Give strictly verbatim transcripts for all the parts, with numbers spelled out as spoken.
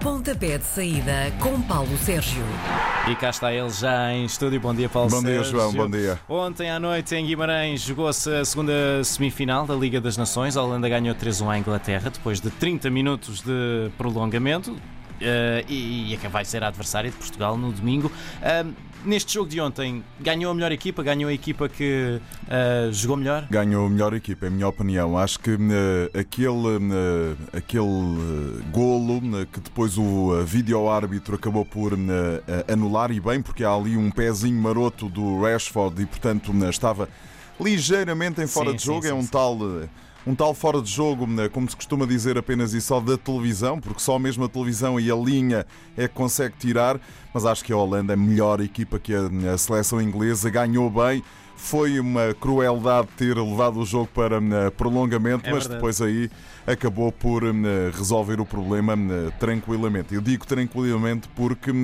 Pontapé de saída com Paulo Sérgio. E cá está ele já em estúdio. Bom dia, Paulo Bom Sérgio. dia, João, bom dia. Ontem à noite em Guimarães jogou-se a segunda semifinal da Liga das Nações. A Holanda ganhou três a um à Inglaterra depois de trinta minutos de prolongamento. Uh, e, e vai ser a adversária de Portugal no domingo. Uh, neste jogo de ontem, ganhou a melhor equipa? Ganhou a equipa que uh, jogou melhor? Ganhou a melhor equipa, em minha opinião. Acho que uh, aquele, uh, aquele uh, golo uh, que depois o uh, vídeo-árbitro acabou por uh, uh, anular, e bem, porque há ali um pezinho maroto do Rashford e, portanto, uh, estava ligeiramente em fora sim, de jogo. sim, é sim, um sim. tal... Uh, Um tal fora de jogo, como se costuma dizer, apenas e só da televisão, porque só mesmo a televisão e a linha é que consegue tirar. Mas acho que a Holanda é a melhor equipa que a seleção inglesa, ganhou bem. Foi uma crueldade ter levado o jogo para prolongamento, é mas verdade. Depois aí acabou por resolver o problema tranquilamente. Eu digo tranquilamente porque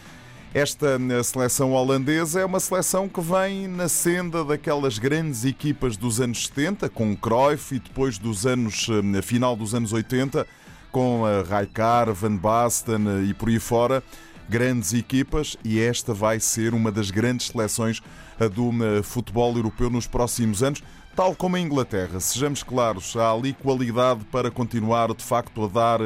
esta seleção holandesa é uma seleção que vem na senda daquelas grandes equipas dos anos setenta, com Cruyff, e depois dos anos, na final dos anos oitenta, com Rijkaard, Van Basten e por aí fora. Grandes equipas, e esta vai ser uma das grandes seleções do futebol europeu nos próximos anos, tal como a Inglaterra. Sejamos claros, há ali qualidade para continuar de facto a dar...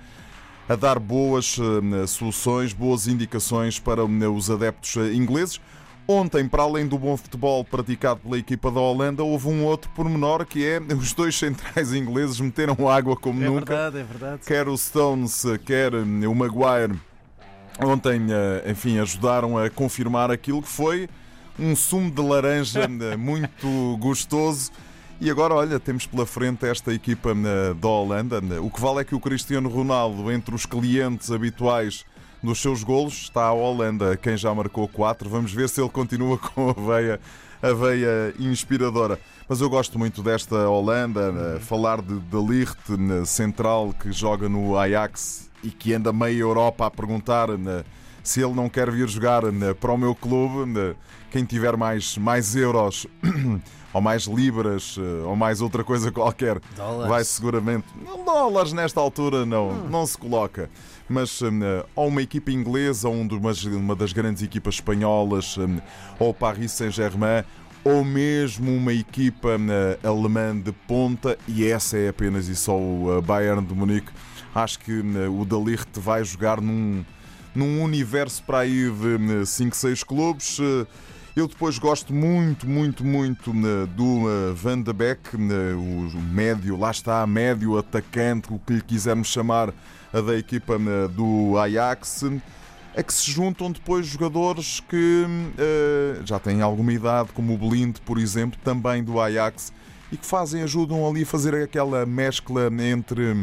a dar boas uh, soluções, boas indicações para uh, os adeptos uh, ingleses. Ontem, para além do bom futebol praticado pela equipa da Holanda, houve um outro pormenor, que é os dois centrais ingleses meteram água como é nunca. É verdade, é verdade. Quer o Stones, quer uh, o Maguire, ontem, uh, enfim, ajudaram a confirmar aquilo que foi um sumo de laranja uh, muito gostoso. E agora, olha, temos pela frente esta equipa da Holanda. O que vale é que o Cristiano Ronaldo, entre os clientes habituais dos seus golos, está a Holanda, quem já marcou quatro. Vamos ver se ele continua com a veia, a veia inspiradora. Mas eu gosto muito desta Holanda. Falar de De Ligt, central, que joga no Ajax e que anda meia Europa a perguntar se ele não quer vir jogar para o meu clube. Quem tiver mais, mais euros ou mais libras ou mais outra coisa qualquer, Dólares. vai seguramente... Não, dólares nesta altura não, hum. não se coloca. Mas um, ou uma equipa inglesa, ou uma, uma das grandes equipas espanholas, um, ou o Paris Saint-Germain, ou mesmo uma equipa um, alemã de ponta, e essa é apenas e só o uh, Bayern de Munique. Acho que um, o De Ligt vai jogar num, num universo para aí de cinco, seis clubes. Uh, Eu depois gosto muito, muito, muito do Van de Beek, o médio, lá está, médio atacante, o que lhe quisermos chamar, da equipa do Ajax, a que se juntam depois jogadores que uh, já têm alguma idade, como o Blind, por exemplo, também do Ajax, e que fazem, ajudam ali a fazer aquela mescla entre uh,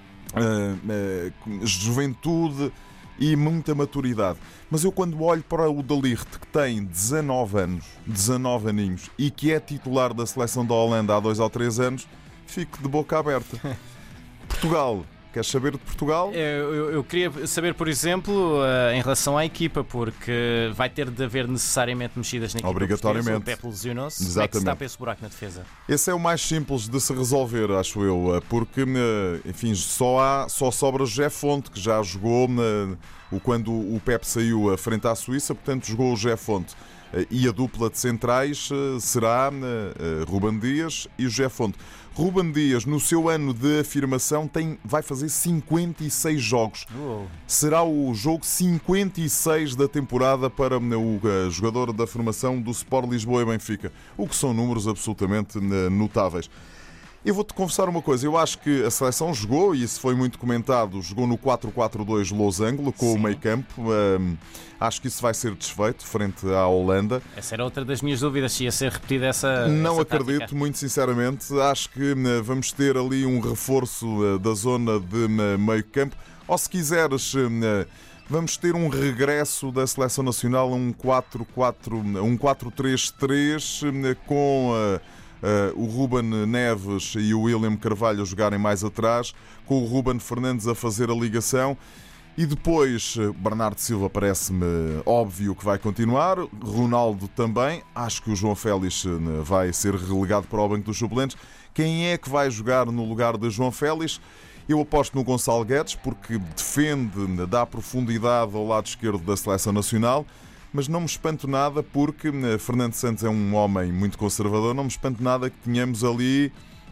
uh, juventude e muita maturidade. Mas eu, quando olho para o De Ligt, que tem dezanove anos, dezanove aninhos, e que é titular da seleção da Holanda há dois ou três anos, fico de boca aberta. Portugal. Queres saber de Portugal? Eu, eu, eu queria saber, por exemplo, uh, em relação à equipa, porque vai ter de haver necessariamente mexidas na equipa. Obrigatoriamente. O Pepe lesionou-se. Exatamente. Como é que se tapa esse buraco na defesa? Esse é o mais simples de se resolver, acho eu, porque, enfim, só, há, só sobra José Fonte, que já jogou o quando o Pepe saiu à frente à Suíça, portanto jogou o José Fonte. E a dupla de centrais será Ruben Dias e José Fonte. Ruben Dias, no seu ano de afirmação, tem, vai fazer cinquenta e seis jogos. Uou. Será o jogo cinquenta e seis da temporada para o jogador da formação do Sport Lisboa e Benfica, o que são números absolutamente notáveis. Eu vou-te confessar uma coisa, eu acho que a seleção jogou, e isso foi muito comentado, jogou no quatro quatro dois losango, com Sim. o meio campo. Um, acho que isso vai ser desfeito frente à Holanda. Essa era outra das minhas dúvidas, se ia ser repetida essa Não essa acredito, tática. muito sinceramente. Acho que vamos ter ali um reforço da zona de meio campo. Ou, se quiseres, vamos ter um regresso da seleção nacional a um quatro três três com... Uh, o Ruben Neves e o William Carvalho a jogarem mais atrás, com o Ruben Fernandes a fazer a ligação, e depois Bernardo Silva parece-me óbvio que vai continuar, Ronaldo também. Acho que o João Félix vai ser relegado para o banco dos suplentes. Quem é que vai jogar no lugar de João Félix? Eu aposto no Gonçalo Guedes porque defende, dá profundidade ao lado esquerdo da Seleção Nacional, mas não me espanto nada porque Fernando Santos é um homem muito conservador, não me espanto nada que tenhamos ali,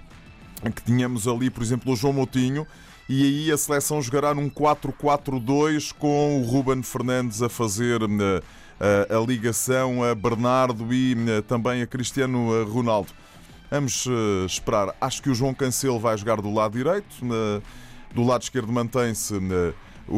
que tenhamos ali, por exemplo, o João Moutinho, e aí a seleção jogará num quatro quatro dois com o Ruben Fernandes a fazer a, a, a ligação a Bernardo e também a Cristiano Ronaldo. Vamos uh, esperar. Acho que o João Cancelo vai jogar do lado direito. Uh, do lado esquerdo mantém-se uh, o,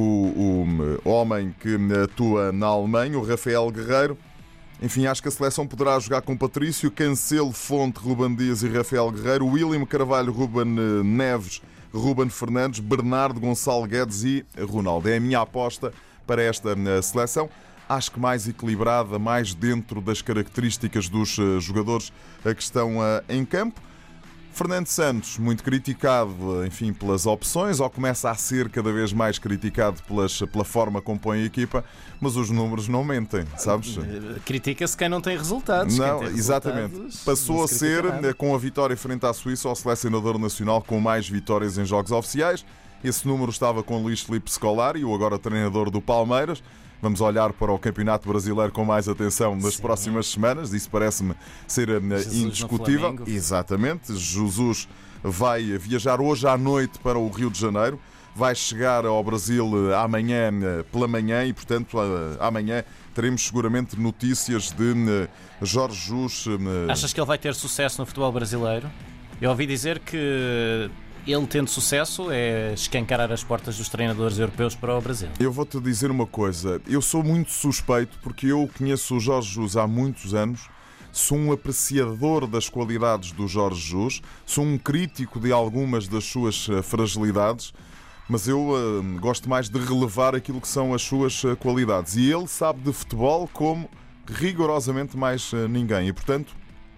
o uh, homem que uh, atua na Alemanha, o Rafael Guerreiro. Enfim, acho que a seleção poderá jogar com Patrício, Cancelo, Fonte, Ruben Dias e Rafael Guerreiro, William Carvalho, Ruben uh, Neves, Ruben Fernandes, Bernardo, Gonçalo Guedes e Ronaldo. É a minha aposta para esta uh, seleção. Acho que mais equilibrada, mais dentro das características dos jogadores que estão em campo. Fernando Santos, muito criticado, enfim, pelas opções, ou começa a ser cada vez mais criticado pelas, pela forma como põe a equipa, mas os números não mentem, sabes? Critica-se quem não tem resultados. Não, tem exatamente. Resultados, Passou a ser, com a vitória frente à Suíça, o selecionador nacional com mais vitórias em jogos oficiais. Esse número estava com Luís Filipe Scolari, o agora treinador do Palmeiras. Vamos olhar para o Campeonato Brasileiro com mais atenção nas Sim. próximas semanas. Isso parece-me ser Jesus indiscutível. Exatamente. Jesus vai viajar hoje à noite para o Rio de Janeiro. Vai chegar ao Brasil amanhã pela manhã e, portanto, amanhã teremos seguramente notícias de Jorge Jesus. Achas que ele vai ter sucesso no futebol brasileiro? Eu ouvi dizer que ele, tendo sucesso, é escancarar as portas dos treinadores europeus para o Brasil. Eu vou-te dizer uma coisa. Eu sou muito suspeito porque eu conheço o Jorge Jesus há muitos anos. Sou um apreciador das qualidades do Jorge Jesus. Sou um crítico de algumas das suas fragilidades. Mas eu uh, gosto mais de relevar aquilo que são as suas qualidades. E ele sabe de futebol como rigorosamente mais uh, ninguém. E, portanto,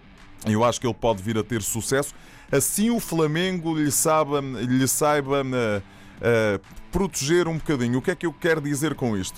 eu acho que ele pode vir a ter sucesso. Assim o Flamengo lhe saiba, lhe saiba uh, uh, proteger um bocadinho. O que é que eu quero dizer com isto?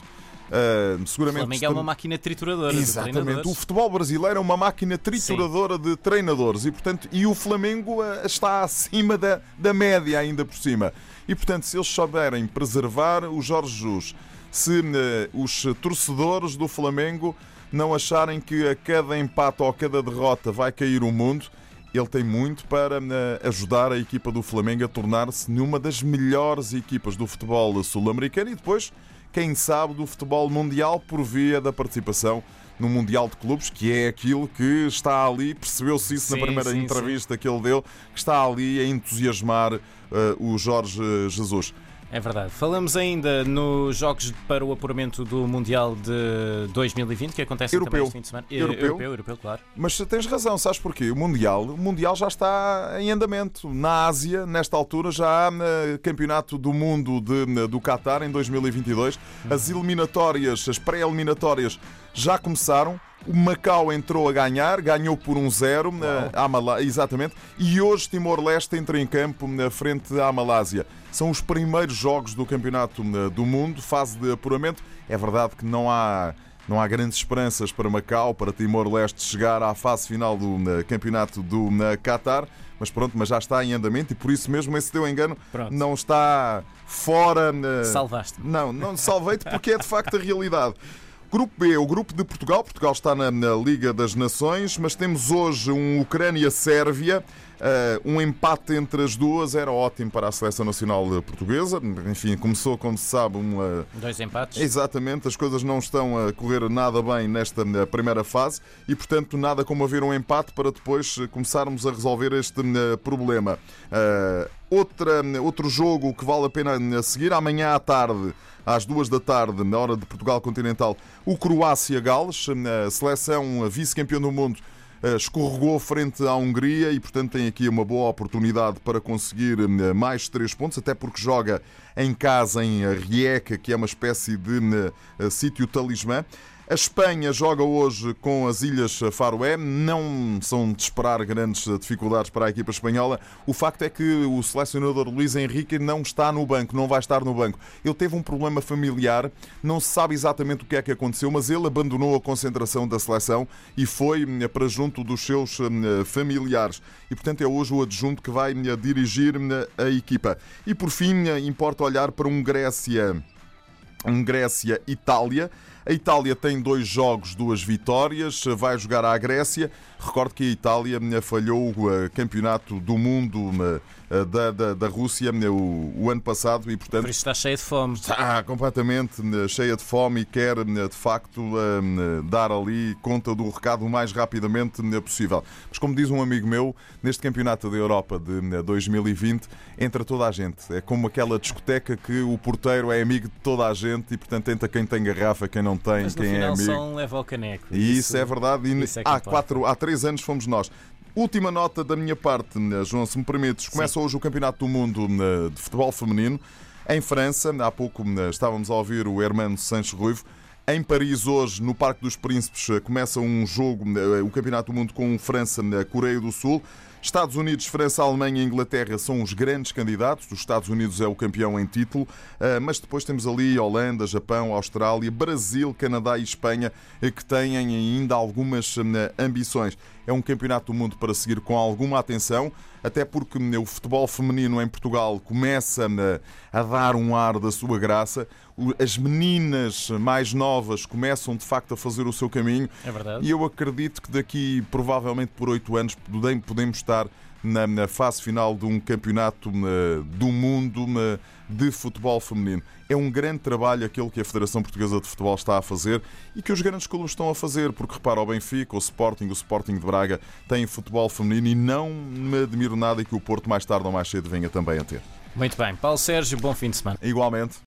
Uh, seguramente o Flamengo é uma máquina trituradora. Exatamente. O futebol brasileiro é uma máquina trituradora Sim. de treinadores e, portanto, e o Flamengo uh, está acima da, da média ainda por cima. E, portanto, se eles souberem preservar o Jorge Jesus, se uh, os torcedores do Flamengo não acharem que a cada empate ou a cada derrota vai cair o mundo, ele tem muito para uh, ajudar a equipa do Flamengo a tornar-se numa das melhores equipas do futebol sul-americano e depois, quem sabe, do futebol mundial por via da participação no Mundial de Clubes, que é aquilo que está ali, percebeu-se isso sim, na primeira sim, entrevista sim. que ele deu, que está ali a entusiasmar uh, o Jorge Jesus. É verdade. Falamos ainda nos jogos para o apuramento do Mundial de dois mil e vinte, que acontece europeu. também este fim de semana. Europeu. Europeu, europeu, claro. Mas tens razão, sabes porquê? O Mundial, o Mundial já está em andamento. Na Ásia, nesta altura, já há uh, Campeonato do Mundo de, do Qatar em dois mil e vinte e dois. Uhum. As eliminatórias, as pré-eliminatórias já começaram. O Macau entrou a ganhar, ganhou por um zero, a Malá... exatamente, e hoje Timor-Leste entra em campo na frente à Malásia. São os primeiros jogos do Campeonato do Mundo, fase de apuramento. É verdade que não há, não há grandes esperanças para Macau, para Timor-Leste chegar à fase final do Campeonato do Qatar, mas pronto, mas já está em andamento e por isso mesmo esse teu engano pronto. Não está fora... Salvaste-me. Não, não salvei-te porque é de facto a realidade. Grupo B, o grupo de Portugal. Portugal está na, na Liga das Nações, mas temos hoje um Ucrânia-Sérvia. Uh, um empate entre as duas era ótimo para a Seleção Nacional Portuguesa. Enfim, começou, como se sabe, uma... dois empates. Exatamente, as coisas não estão a correr nada bem nesta primeira fase e, portanto, nada como haver um empate para depois começarmos a resolver este uh, problema. Uh, outra, outro jogo que vale a pena seguir, amanhã à tarde, às duas da tarde, na hora de Portugal Continental, o Croácia-Gales, a seleção vice-campeã do mundo, escorregou frente à Hungria e, portanto, tem aqui uma boa oportunidade para conseguir mais três pontos, até porque joga em casa, em Rijeka, que é uma espécie de uh, sítio talismã. A Espanha joga hoje com as Ilhas Faroé. Não são de esperar grandes dificuldades para a equipa espanhola. O facto é que o selecionador Luís Henrique não está no banco, não vai estar no banco. Ele teve um problema familiar, não se sabe exatamente o que é que aconteceu, mas ele abandonou a concentração da seleção e foi para junto dos seus familiares. E, portanto, é hoje o adjunto que vai dirigir a equipa. E, por fim, importa olhar para um Grécia, um Grécia-Itália. A Itália tem dois jogos, duas vitórias, vai jogar à Grécia. Recordo que a Itália falhou o campeonato do mundo da, da, da Rússia o, o ano passado e, portanto... Por isso está cheia de fome. Está completamente cheia de fome e quer, de facto, dar ali conta do recado o mais rapidamente possível. Mas, como diz um amigo meu, neste campeonato da Europa de dois mil e vinte, entra toda a gente. É como aquela discoteca que o porteiro é amigo de toda a gente e, portanto, entra quem tem garrafa, quem não tem, mas, quem no final, é amigo. Só um leva ao caneco. E isso, isso é verdade. E isso é que há, quatro, há três anos fomos nós. Última nota da minha parte, João, se me permites. Começa Sim. hoje o Campeonato do Mundo de Futebol Feminino em França. Há pouco estávamos a ouvir o Hermano Sanches Ruivo. Em Paris, hoje, no Parque dos Príncipes, começa um jogo, o Campeonato do Mundo com França-Coreia do Sul. Estados Unidos, França, Alemanha e Inglaterra são os grandes candidatos. Os Estados Unidos é o campeão em título, mas depois temos ali Holanda, Japão, Austrália, Brasil, Canadá e Espanha, que têm ainda algumas ambições. É um campeonato do mundo para seguir com alguma atenção, até porque o futebol feminino em Portugal começa a dar um ar da sua graça. As meninas mais novas começam de facto a fazer o seu caminho. É verdade. E eu acredito que daqui, provavelmente por oito anos, podemos estar na, na fase final de um campeonato uh, do mundo uh, de futebol feminino. É um grande trabalho aquele que a Federação Portuguesa de Futebol está a fazer e que os grandes clubes estão a fazer, porque repara, o Benfica, o Sporting, o Sporting de Braga têm futebol feminino e não me admiro nada que o Porto mais tarde ou mais cedo venha também a ter. Muito bem. Paulo Sérgio, bom fim de semana. Igualmente.